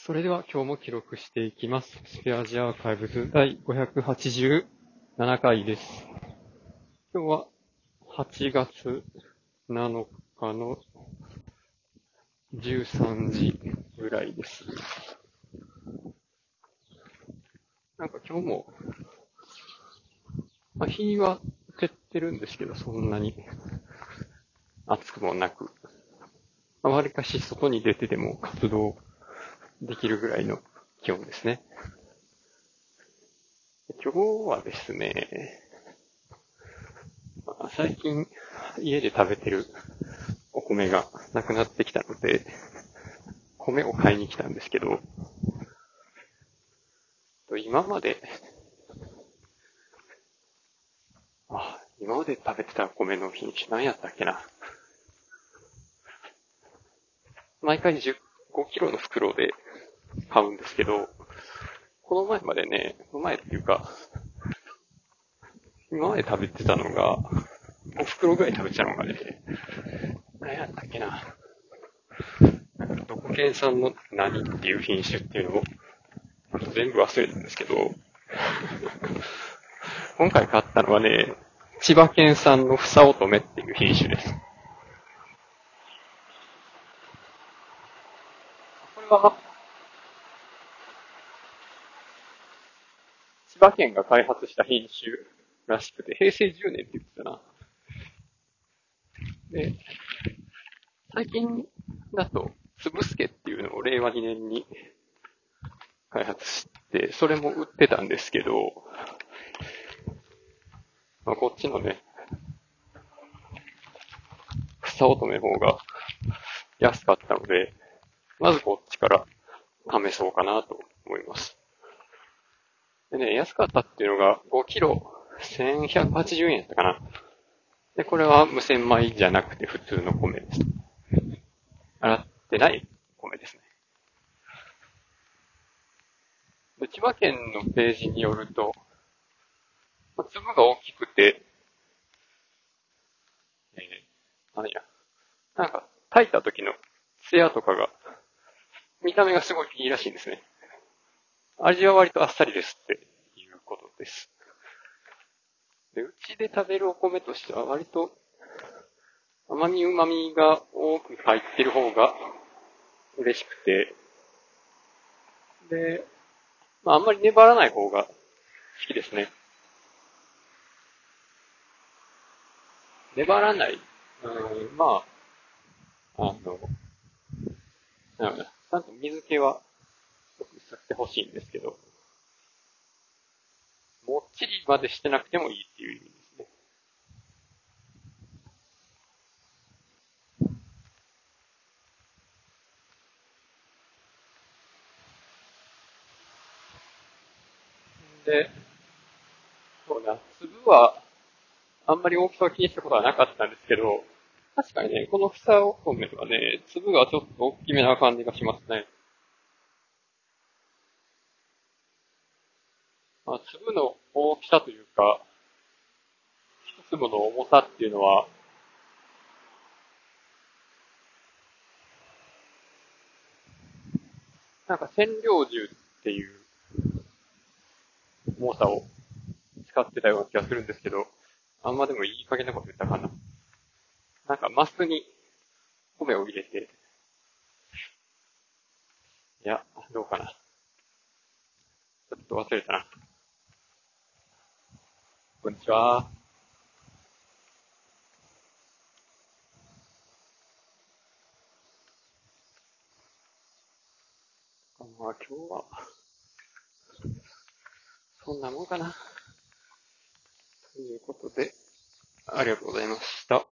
それでは今日も記録していきます。スペアジアーカイブズ第587回です。今日は8月7日の13時ぐらいです。なんか今日も、日は照ってるんですけど、そんなに暑くもなく、わりかし外に出てでも活動できるぐらいの気温ですね。今日はですね、最近家で食べてるお米がなくなってきたので、米を買いに来たんですけど、今まで食べてた米の品種何やったっけな。毎回5キロの袋で買うんですけど、この前っていうか、今まで食べてたのが、5袋ぐらい食べてたのがね、何やったっけな。どこ県産の何っていう品種っていうのを、全部忘れたんですけど、今回買ったのはね、千葉県産の房乙女っていう品種です。これは、千葉県が開発した品種らしくて、平成10年って言ってたな。で、最近だと、つぶすけっていうのを令和2年に開発して、それも売ってたんですけど、こっちのね、房乙女の方が安かったので、まずこっちから試そうかなと思います。でね、安かったっていうのが5キロ1180円やったかな。で、これは無洗米じゃなくて普通の米です。洗ってない米ですね。で、千葉県のページによると、粒が大きくて、なんか炊いた時のツヤとかが、見た目がすごいいいらしいんですね。味は割とあっさりですっていうことです。で、うちで食べるお米としては割と甘み旨みが多く入ってる方が嬉しくて、で、あんまり粘らない方が好きですね。粘らない。なんだ、ちゃんと水気はよく吸ってほしいんですけど、もっちりまでしてなくてもいいっていう意味ですね。で、そうだ、粒はあんまり大きさを気にしたことはなかったんですけど、確かにね、この房お米はね、粒がちょっと大きめな感じがしますね。粒の大きさというか、一粒の重さっていうのは、なんか千両重っていう重さを使ってたような気がするんですけど、あんまでもいい加減なこと言ったかな。なんかマスに米を入れて、いや、どうかな。ちょっと忘れたな。こんにちは。今日は、そんなもんかな。ということで、ありがとうございました。